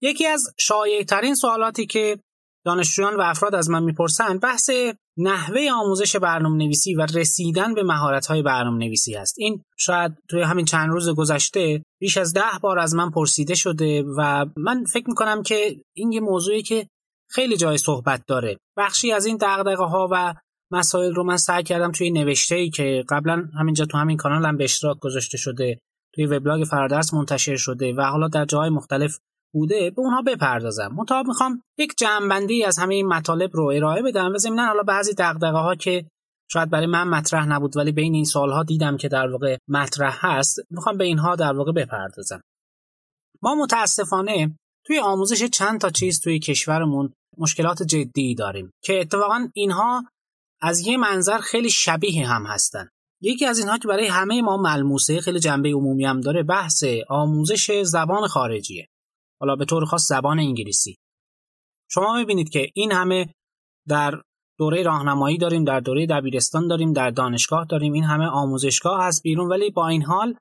یکی از شایع‌ترین سوالاتی که دانشجویان و افراد از من میپرسن بحث نحوه آموزش برنامه‌نویسی و رسیدن به مهارت‌های برنامه‌نویسی هست. این شاید توی همین چند روز گذشته بیش از 10 بار از من پرسیده شده و من فکر می‌کنم که این یه موضوعی که خیلی جای صحبت داره. بخشی از این دغدغه‌ها و مسائل رو من سعی کردم توی نوشته‌ای که قبلا همینجا تو همین کانال هم به اشتراک گذاشته شده، توی وبلاگ فرادرس منتشر شده و حالا در جاهای مختلف بوده به اونها بپردازم. منتها میخوام یک جمع‌بندی از همه این مطالب رو ارائه بدم و ضمناً حالا بعضی دغدغه‌ها که شاید برای من مطرح نبود ولی بین این سالها دیدم که در واقع مطرح هست، میخوام به اینها در واقع بپردازم. ما متاسفانه توی آموزش چند تا چیز توی کشورمون مشکلات جدی داریم که اتفاقاً اینها از یه منظر خیلی شبیه هم هستن. یکی از اینها که برای همه ما ملموسه، خیلی جنبه عمومی هم داره، بحث آموزش زبان خارجیه. حالا به طور خاص زبان انگلیسی. شما می‌بینید که این همه در دوره راهنمایی داریم، در دوره دبیرستان داریم، در دانشگاه داریم، این همه آموزشگاه هست بیرون، ولی با این حال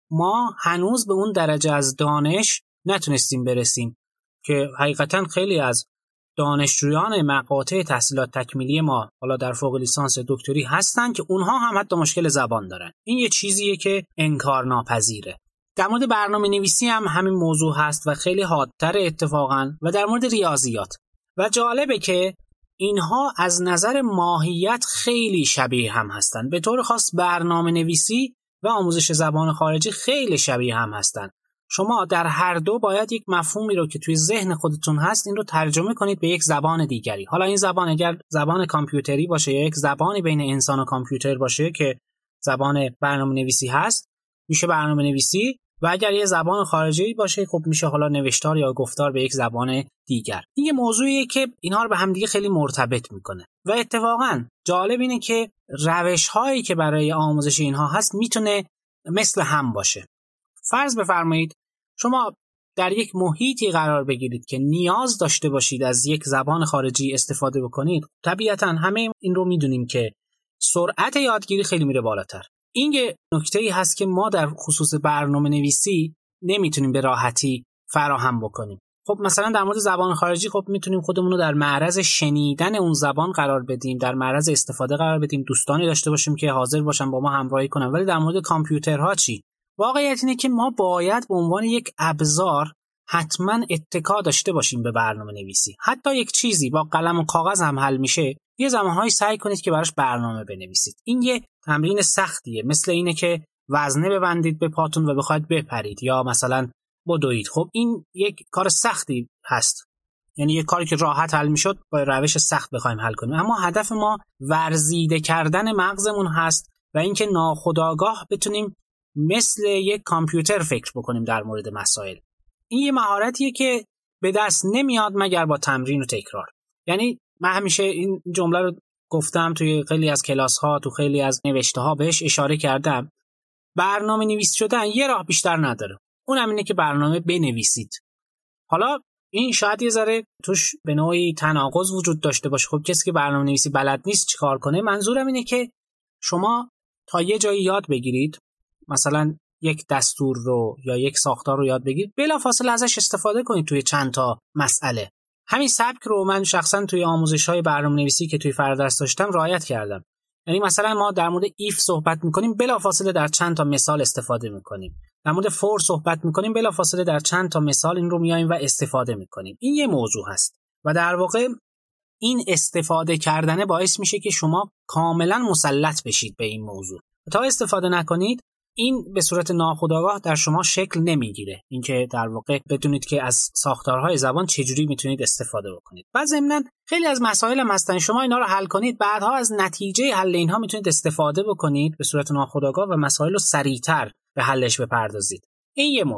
ما هنوز به اون درجه از دانش نتونستیم برسیم که حقیقتاً خیلی از دانشجویان مقاطع تحصیلات تکمیلی ما حالا در فوق لیسانس دکتری هستن که اونها هم حتی مشکل زبان دارن. این یه چیزیه که انکار ناپذیره. در مورد برنامه‌نویسی هم همین موضوع هست و خیلی حادتر اتفاقاً و در مورد ریاضیات. و جالبه که اینها از نظر ماهیت خیلی شبیه هم هستن. به طور خاص برنامه‌نویسی و آموزش زبان خارجی خیلی شبیه هم هستن. شما در هر دو باید یک مفهومی رو که توی ذهن خودتون هست این رو ترجمه کنید به یک زبان دیگری. حالا این زبان اگر زبان کامپیوتری باشه یا یک زبانی بین انسان و کامپیوتر باشه که زبان برنامه‌نویسی هست، میشه برنامه‌نویسی، و اگر یه زبان خارجی باشه خب میشه حالا نوشتار یا گفتار به یک زبان دیگر. این یه موضوعیه که اینها رو به هم دیگه خیلی مرتبط میکنه و اتفاقا جالب اینه که روش‌هایی که برای آموزش اینها هست میتونه مثل هم باشه. فرض بفرمایید شما در یک محیطی قرار بگیرید که نیاز داشته باشید از یک زبان خارجی استفاده بکنید. طبیعتاً همه این رو میدونیم که سرعت یادگیری خیلی میره بالاتر. این یه نکته‌ای هست که ما در خصوص برنامه‌نویسی نمیتونیم به راحتی فراهم بکنیم. خب مثلا در مورد زبان خارجی خب میتونیم خودمون رو در معرض شنیدن اون زبان قرار بدیم، در معرض استفاده قرار بدیم، دوستانی داشته باشیم که حاضر باشن با ما همراهی کنن. ولی در مورد کامپیوترها چی؟ واقعیت اینه که ما باید به عنوان یک ابزار حتما اتکا داشته باشیم به برنامه‌نویسی. حتی یک چیزی با قلم و کاغذ هم حل میشه، یه زمانهایی سعی کنید که براش برنامه بنویسید. این یه تمرین سختیه، مثل اینه که وزنه ببندید به پاتون و بخواید بپرید یا مثلا بدوید. خب این یک کار سختی هست، یعنی یک کاری که راحت حل میشد با روش سخت بخوایم حل کنیم. اما هدف ما ورزیده کردن مغزمون هست و اینکه ناخودآگاه بتونیم مثل یک کامپیوتر فکر بکنیم در مورد مسائل. این یه مهارتیه که به دست نمیاد مگر با تمرین و تکرار. یعنی من همیشه این جمله رو گفتم توی خیلی از کلاس‌ها، تو خیلی از نوشته‌ها بهش اشاره کردم. برنامه‌نویس شدن یه راه بیشتر نداره. اونم اینه که برنامه بنویسید. حالا این شاید یه ذره توش به نوعی تناقض وجود داشته باشه. خب کسی که برنامه‌نویسی بلد نیست چیکار کنه؟ منظورم اینه که شما تا یه جایی یاد بگیرید، مثلا یک دستور رو یا یک ساختار رو یاد بگیرید، بلافاصله ازش استفاده کنید توی چند تا مسئله. همین سبک رو من شخصا توی آموزش‌های برنامه‌نویسی که توی فرادرس داشتم رعایت کردم. یعنی مثلا ما در مورد ایف صحبت می‌کنیم، بلافاصله در چند تا مثال استفاده می‌کنیم. در مورد فور صحبت می‌کنیم، بلافاصله در چند تا مثال این رو میایم و استفاده می‌کنیم. این یه موضوع هست و در واقع این استفاده کردن باعث میشه که شما کاملا مسلط بشید به این موضوع. تا استفاده نکنید این به صورت ناخودآگاه در شما شکل نمیگیره، اینکه در واقع بدونید که از ساختارهای زبان چجوری میتونید استفاده بکنید. بعد ضمناً خیلی از مسائل هم هستن شما اینا رو حل کنید، بعدها از نتیجه حل اینها میتونید استفاده بکنید به صورت ناخودآگاه و مسائل رو سریعتر به حلش بپردازید. این یه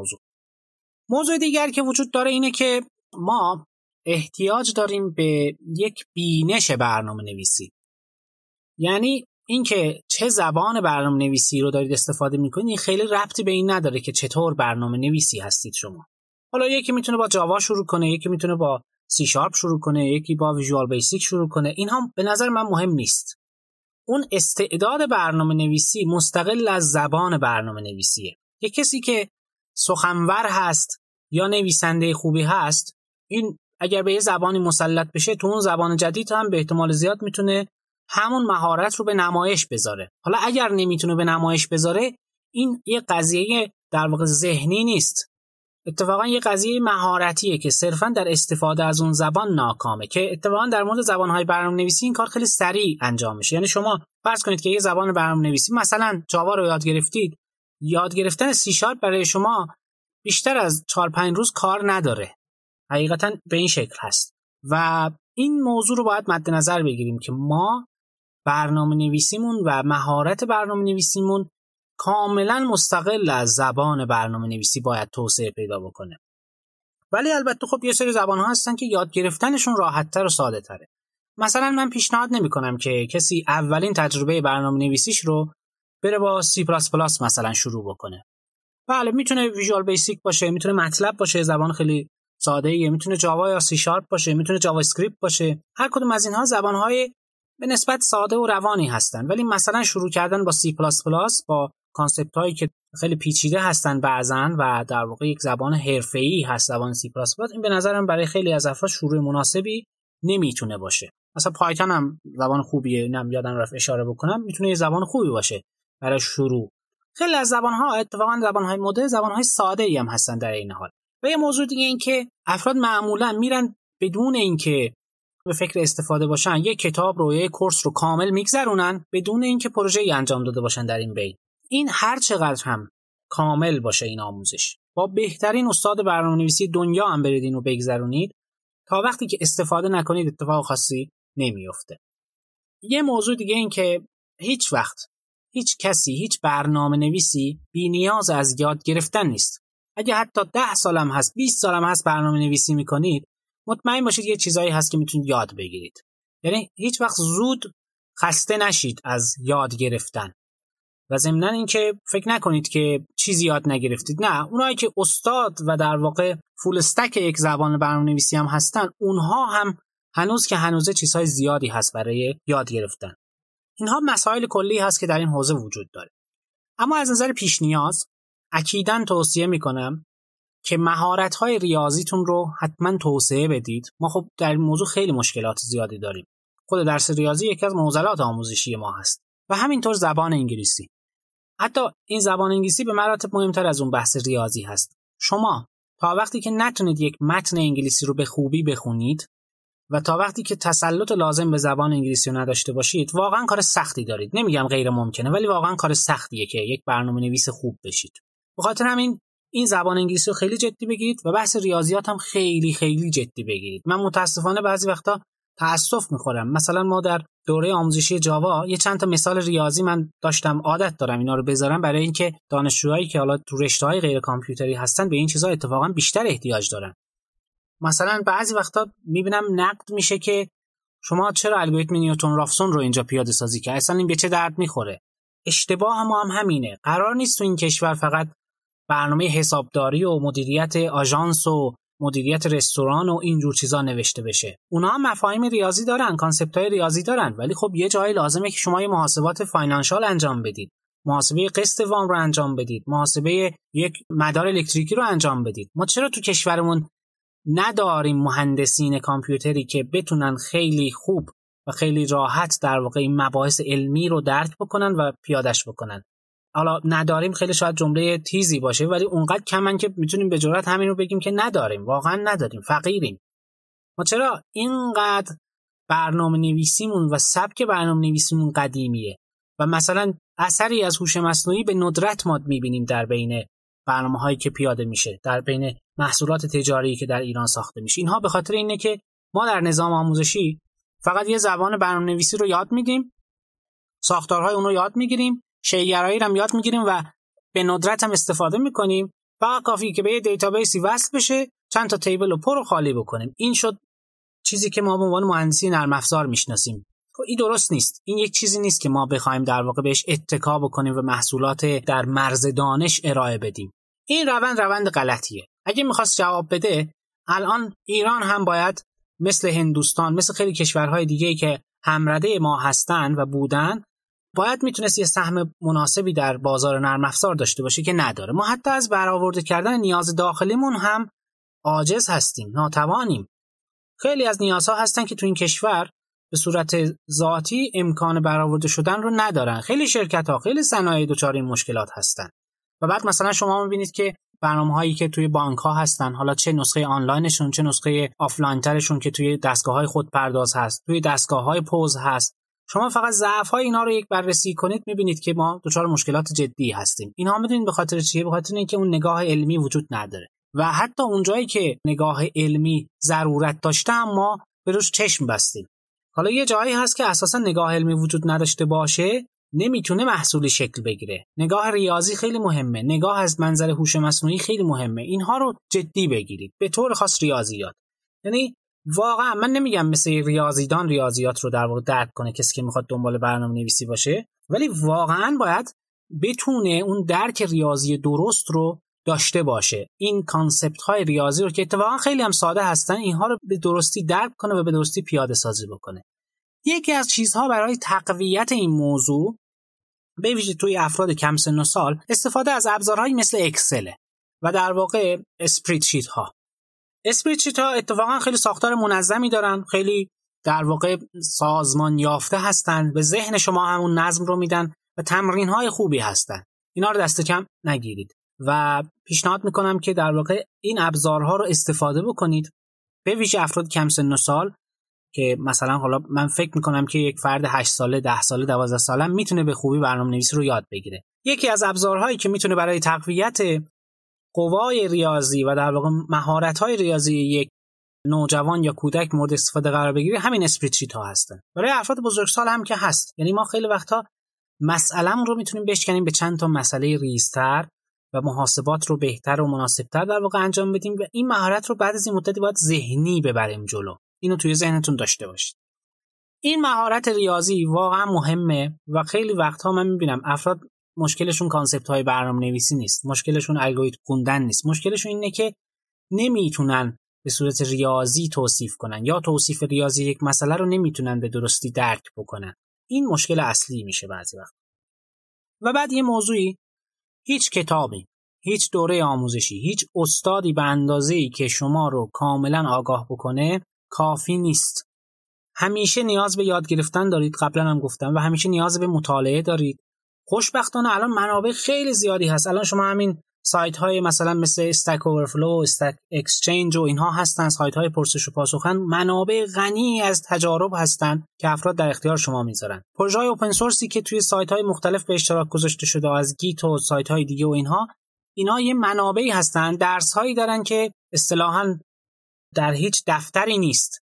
موضوع دیگر که وجود داره اینه که ما احتیاج داریم به یک بینش برنامه‌نویسی. یعنی اینکه چه زبان برنامه‌نویسی رو دارید استفاده می‌کنید خیلی ربطی به این نداره که چطور برنامه‌نویسی هستید شما. حالا یکی میتونه با جاوا شروع کنه، یکی میتونه با سی شارپ شروع کنه، یکی با ویژوال بیسیک شروع کنه. اینها به نظر من مهم نیست. اون استعداد برنامه‌نویسی مستقل از زبان برنامه‌نویسیه. یک کسی که سخنور هست یا نویسنده خوبی هست، این اگر به یه زبانی مسلط بشه تو اون زبان جدید هم به احتمال زیاد میتونه همون مهارت رو به نمایش بذاره. حالا اگر نمیتونه به نمایش بذاره، این یه قضیه در واقع ذهنی نیست، اتفاقا یه قضیه مهارتیه که صرفا در استفاده از اون زبان ناکامه، که اتفاقا در مورد زبان‌های برنامه‌نویسی این کار خیلی سریع انجام میشه. یعنی شما فرض کنید که یه زبان برنامه‌نویسی مثلا جاوا رو یاد گرفتید، یاد گرفتن سی شارپ برای شما بیشتر از 4-5 روز کار نداره. حقیقتا به این شکل هست و این موضوع رو باید مد نظر بگیریم که ما برنامه‌نویسیمون و مهارت برنامه‌نویسیمون کاملا مستقل از زبان برنامه‌نویسی باید توسعه پیدا بکنه. ولی البته خب یه سری زبان‌ها هستن که یاد گرفتنشون راحت‌تر و ساده‌تره. مثلا من پیشنهاد نمی‌کنم که کسی اولین تجربه برنامه‌نویسیش رو بره با C++ مثلا شروع بکنه. بله میتونه ویژوال بیسیک باشه، میتونه مطلب باشه، زبان خیلی ساده‌ایه، میتونه جاوا یا سی شارپ باشه، میتونه جاوا اسکریپت باشه. هر کدوم از اینها زبان‌های به نسبت ساده و روانی هستن. ولی مثلا شروع کردن با C++ با کانسپت هایی که خیلی پیچیده هستن بعضن و در واقع یک زبان حرفه‌ای هست زبان C++، این به نظرم برای خیلی از افراد شروع مناسبی نمیتونه باشه. مثلا پایتون هم زبان خوبیه، اینم یادم رفت اشاره بکنم، میتونه یه زبان خوبی باشه برای شروع. خیلی از زبان‌ها اتفاقا زبان‌های مدرن زبان‌های ساده‌ای هم هستن در این حال. و یه موضوع دیگه این که افراد معمولا میرن بدون اینکه به فکر استفاده باشن، یک کتاب رو یک کورس رو کامل میگذرونن بدون اینکه پروژه‌ای انجام داده باشن در این بین. این هر چقدر هم کامل باشه این آموزش، با بهترین استاد برنامه‌نویسی دنیا هم برید اینو بگذرونید، تا وقتی که استفاده نکنید اتفاق خاصی نمیفته. یه موضوع دیگه این که هیچ وقت هیچ کسی، هیچ برنامه‌نویسی بی‌نیاز از یاد گرفتن نیست. اگه حتی 10 سالم هست، 20 سالم هست برنامه‌نویسی میکنید، مطمئن باشید یه چیزایی هست که میتونید یاد بگیرید. یعنی هیچ وقت زود خسته نشید از یاد گرفتن. و ضمناً این که فکر نکنید که چیزی یاد نگرفتید. نه، اونایی که استاد و در واقع فول استک یک زبان برنامه‌نویسی هم هستن، اونها هم هنوز که هنوزه چیزهای زیادی هست برای یاد گرفتن. اینها مسائل کلی هست که در این حوزه وجود داره. اما از نظر پیش نیاز اکیداً توصیه میکنم که مهارت‌های ریاضیتون رو حتما توسعه بدید. ما خب در این موضوع خیلی مشکلات زیادی داریم. خود درس ریاضی یکی از معضلات آموزشی ما هست و همینطور زبان انگلیسی. حتی این زبان انگلیسی به مراتب مهمتر از اون بحث ریاضی هست. شما تا وقتی که نتونید یک متن انگلیسی رو به خوبی بخونید و تا وقتی که تسلط لازم به زبان انگلیسی رو نداشته باشید، واقعا کار سختی دارید. نمیگم غیر ممکنه، ولی واقعا کار سختیه که یک برنامه‌نویس خوب بشید. به خاطر همین این زبان انگلیسی رو خیلی جدی بگیرید و بحث ریاضیات هم خیلی خیلی جدی بگیرید. من متاسفانه بعضی وقتا تأسف میخورم. مثلا ما در دوره آموزشی جاوا یه چند تا مثال ریاضی من داشتم، عادت دارم اینا رو بذارم برای اینکه دانشجوهایی که حالا تو رشته‌های غیر کامپیوتری هستن به این چیزا اتفاقا بیشتر احتیاج دارن. مثلا بعضی وقتا میبینم نقد میشه که شما چرا الگوریتم نیوتن رافسون رو اینجا پیاده سازی کرد؟ اصلا این به چه درد میخوره؟ اشتباه ما هم همینه. قرار نیست تو این کشور فقط برنامه حسابداری و مدیریت آژانس و مدیریت رستوران و اینجور چیزا نوشته بشه. اونها هم مفاهیم ریاضی دارن، کانسپت‌های ریاضی دارن، ولی خب یه جایی لازمه که شما یه محاسبات فاینانشال انجام بدید. محاسبه قسط وام رو انجام بدید، محاسبه یک مدار الکتریکی رو انجام بدید. ما چرا تو کشورمون نداریم مهندسین کامپیوتری که بتونن خیلی خوب و خیلی راحت در واقع این مباحث علمی رو درک بکنن و پیاده‌اش بکنن؟ حالا نداریم خیلی شاید جمله تیزی باشه، ولی اونقدر کمن که میتونیم به جرات همین رو بگیم که نداریم. واقعا نداریم، فقیریم. ما چرا اینقدر برنامه نویسیمون و سبک برنامه نویسیمون قدیمیه و مثلا اثری از هوش مصنوعی به ندرت ما میبینیم در بین برنامه‌هایی که پیاده میشه، در بین محصولات تجاری که در ایران ساخته میشه؟ اینها به خاطر اینه که ما در نظام آموزشی فقط یه زبان برنامه نویسی رو یاد میدیم، ساختارهای اون رو یاد میگیریم، شی‌گرایی رو هم یاد میگیریم و به ندرت هم استفاده میکنیم. فقط کافیه که به یه دیتابیسی وصل بشه، چند تا تیبل رو پر و خالی بکنیم. این شد چیزی که ما به عنوان مهندسی نرم افزار میشناسیم. این درست نیست. این یک چیزی نیست که ما بخوایم در واقع بهش اتکا بکنیم و محصولات در مرز دانش ارائه بدیم. این روند غلطیه. اگه میخواست جواب بده، الان ایران هم باید مثل هندوستان، مثل خیلی کشورهای دیگه‌ای که همرده ما هستن و بودن، باید میتونست یه سهم مناسبی در بازار نرم افزار داشته باشه که نداره. ما حتی از برآورده کردن نیاز داخلیمون هم عاجز هستیم، ناتوانیم. خیلی از نیازها هستن که تو این کشور به صورت ذاتی امکان برآورده شدن رو ندارن. خیلی شرکت‌ها، خیلی صنایع دچار این مشکلات هستن. و بعد مثلا شما می‌بینید که برنامه‌هایی که توی بانک‌ها هستن، حالا چه نسخه آنلاینشون چه نسخه آفلاین ترشون که توی دستگاه‌های خودپرداز هست، توی دستگاه‌های پوز هست، شما فقط ضعف‌های اینا رو یک بررسی کنید می‌بینید که ما دچار مشکلات جدی هستیم. اینها می‌دونید به خاطر چیه؟ به خاطر اینکه اون نگاه علمی وجود نداره. و حتی اونجایی که نگاه علمی ضرورت داشته اما به روش چشم بستیم. حالا یه جایی هست که اساسا نگاه علمی وجود نداشته باشه نمیتونه محصولی شکل بگیره. نگاه ریاضی خیلی مهمه، نگاه از منظر هوش مصنوعی خیلی مهمه. اینها رو جدی بگیرید، به طور خاص ریاضیات. یعنی واقعا من نمیگم مثل ریاضیدان ریاضیات رو در واقع درک کنه کسی که میخواد دنبال برنامه‌نویسی باشه، ولی واقعا باید بتونه اون درک ریاضی درست رو داشته باشه. این کانسپت های ریاضی رو که اتفاقا خیلی هم ساده هستن، اینها رو به درستی درک کنه و به درستی پیاده سازی بکنه. یکی از چیزها برای تقویت این موضوع به ویژه توی افراد کم سن و سال استفاده از ابزارهایی مثل اکسل و در واقع اسپریدشیت ها. اسپریدشیت ها اتفاقا خیلی ساختار منظمی دارن، خیلی در واقع سازمان یافته هستن، به ذهن شما همون نظم رو میدن و تمرین های خوبی هستن. اینا رو دست کم نگیرید و پیشنهاد میکنم که در واقع این ابزارها رو استفاده بکنید، به ویژه افراد کم سن و سال که مثلا حالا من فکر میکنم که یک فرد 8 ساله، 10 ساله، 12 ساله میتونه به خوبی برنامه‌نویسی رو یاد بگیره. یکی از ابزارهایی که میتونه برای تقویت قوای ریاضی و در واقع مهارت‌های ریاضی یک نوجوان یا کودک مورد استفاده قرار بگیره همین اسپریدشیت ها هستن. برای افراد بزرگسال هم که هست. یعنی ما خیلی وقتا مسئله‌مون رو میتونیم بشکنیم به چند تا مسئله ریزتر و محاسبات رو بهتر و مناسبتر در واقع انجام بدیم و این مهارت رو بعد از این مدتی باید ذهنی ببریم جلو. اینو توی ذهنتون داشته باشید. این مهارت ریاضی واقعا مهمه و خیلی وقتها من میبینم افراد مشکلشون کانسپت های برنامه‌نویسی نیست، مشکلشون الگوریتم خوندن نیست، مشکلشون اینه که نمیتونن به صورت ریاضی توصیف کنن یا توصیف ریاضی یک مسئله رو نمیتونن به درستی درک بکنن. این مشکل اصلی میشه بعضی وقت. و بعد یه موضوعی، هیچ کتابی، هیچ دوره آموزشی، هیچ استادی به اندازه‌ای که شما رو کاملا آگاه بکنه کافی نیست. همیشه نیاز به یاد گرفتن دارید، قبلا هم گفتم، و همیشه نیاز به مطالعه دارید. خوشبختانه الان منابع خیلی زیادی هست. الان شما همین سایت های مثلا مثل استک اورفلو، استک اکسچنج و اینها هستن، سایت های پرسش و پاسخن، منابع غنی از تجارب هستن که افراد در اختیار شما میذارن. پروژه های اوپن سورسی که توی سایت های مختلف به اشتراک گذاشته شده از گیت و سایت های دیگه و اینها یه منابعی هستن، درس هایی دارن که اصطلاحاً در هیچ دفتری نیست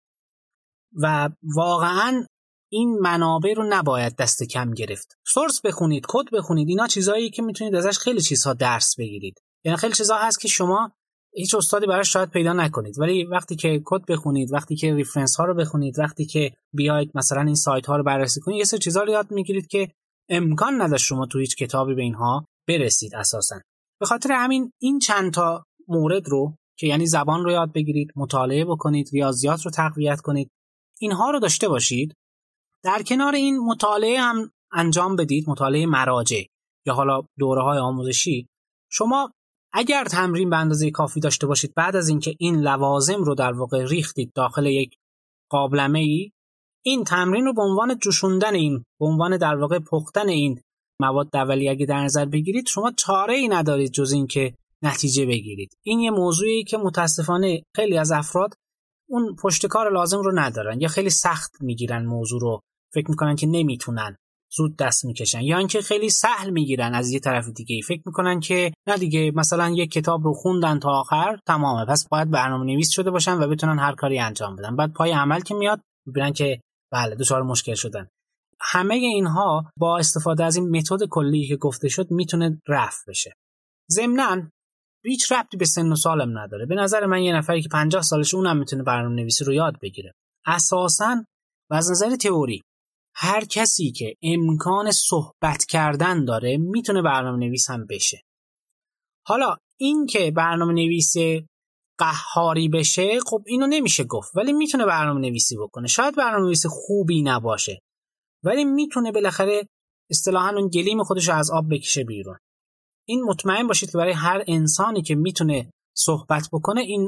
و واقعاً این منابع رو نباید دست کم گرفت. سورس بخونید، کد بخونید، اینا چیزایی که میتونید ازش خیلی چیزها درس بگیرید. یعنی خیلی چیزها هست که شما هیچ استادی براش شاید پیدا نکنید، ولی وقتی که کد بخونید، وقتی که ریفرنس ها رو بخونید، وقتی که بیاید مثلا این سایت ها رو بررسی کنید، یه سری چیزا رو یاد میگیرید که امکان نداشت شما تو هیچ کتابی به اینها برسید اساساً. به خاطر همین این چند تا مورد رو که یعنی زبان رو یاد بگیرید، مطالعه بکنید، ریاضیات رو تقویت کنید، اینها رو داشته باشید. در کنار این مطالعه هم انجام بدید، مطالعه مراجع یا حالا دوره‌های آموزشی. شما اگر تمرین به اندازه کافی داشته باشید، بعد از اینکه این لوازم رو در واقع ریختید داخل یک قابلمه‌ای، این تمرین رو به عنوان جوشوندن این، به عنوان در واقع پختن این مواد اولیه اگه در نظر بگیرید، شما چاره‌ای ندارید جز این که نتیجه بگیرید. این یه موضوعی که متاسفانه خیلی از افراد اون پشتکار لازم رو ندارن یا خیلی سخت میگیرن موضوع رو، فکر میکنن که نمیتونن، زود دست میکشن، یا اینکه خیلی سهل میگیرن از یه طرف دیگه، فکر میکنن که نه دیگه مثلا یک کتاب رو خوندن تا آخر تمامه، پس باید برنامه‌نویس شده باشن و بتونن هر کاری انجام بدن. بعد پای عمل که میاد میبینن که بله دچار مشکل شدن. همه اینها با استفاده از این متد کلی که گفته شد میتونه رفع بشه. ضمناً هیچ ربطی به سن و سالم نداره. به نظر من یه نفری که 50 سالشه اونم میتونه برنامه‌نویسی رو یاد بگیره. اساساً و از نظر تئوری هر کسی که امکان صحبت کردن داره میتونه برنامه‌نویس هم بشه. حالا این که برنامه‌نویس قهاری بشه، خب اینو نمیشه گفت، ولی میتونه برنامه‌نویسی بکنه. شاید برنامه‌نویس خوبی نباشه، ولی میتونه بالاخره اصطلاحاً اون گلیم خودش رو از آب بکشه بیرون. این مطمئن باشید که برای هر انسانی که میتونه صحبت بکنه این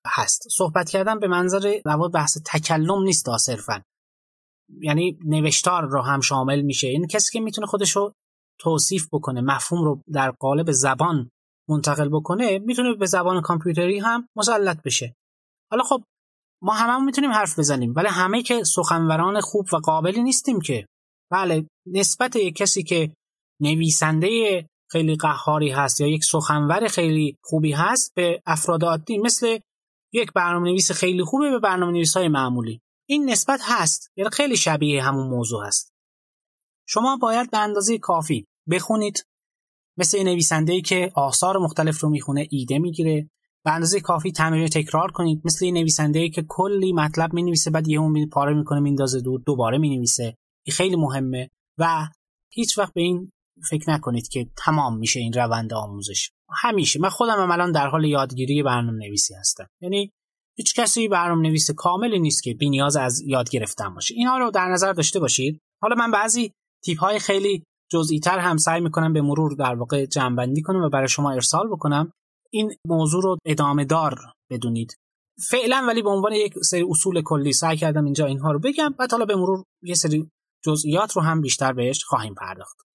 هست. صحبت کردن به منظر بحث تکلم نیست صرفاً، یعنی نوشتار رو هم شامل میشه. این کسی که میتونه خودش رو توصیف بکنه، مفهوم رو در قالب زبان منتقل بکنه، میتونه به زبان کامپیوتری هم مسلط بشه. حالا خب ما هممون میتونیم حرف بزنیم، ولی همه که سخنوران خوب و قابلی نیستیم که. بله، نسبت یک کسی که نویسنده خیلی قهاری هست یا یک سخنور خیلی خوبی هست به افراد عادی مثل یک برنامه‌نویس خیلی خوبه به برنامه‌نویس‌های معمولی، این نسبت هست، یعنی خیلی شبیه همون موضوع هست. شما باید به اندازه کافی بخونید، مثل نویسنده‌ای که آثار مختلف رو میخونه ایده میگیره. به اندازه کافی تمرین تکرار کنید، مثل نویسنده‌ای که کلی مطلب مینویسه بعد یهو پاره میکنه میندازه دور، دوباره مینویسه. این خیلی مهمه و هیچ وقت به این فکر نکنید که تمام میشه این روند آموزش. همیشه من خودم هم الان در حال یادگیری برنامه‌نویسی هستم، یعنی هیچ کسی برنامه‌نویس کاملی نیست که بی‌نیاز از یاد گرفتن باشه. اینها رو در نظر داشته باشید. حالا من بعضی تیپ‌های خیلی جزئی‌تر هم سعی می‌کنم به مرور در واقع جمع‌بندی کنم و برای شما ارسال بکنم. این موضوع رو ادامه دار بدونید. فعلا ولی به عنوان یک سری اصول کلی سعی کردم اینجا اینها رو بگم، بعد حالا به مرور یه سری جزئیات رو هم بیشتر بهش خواهیم پرداخت.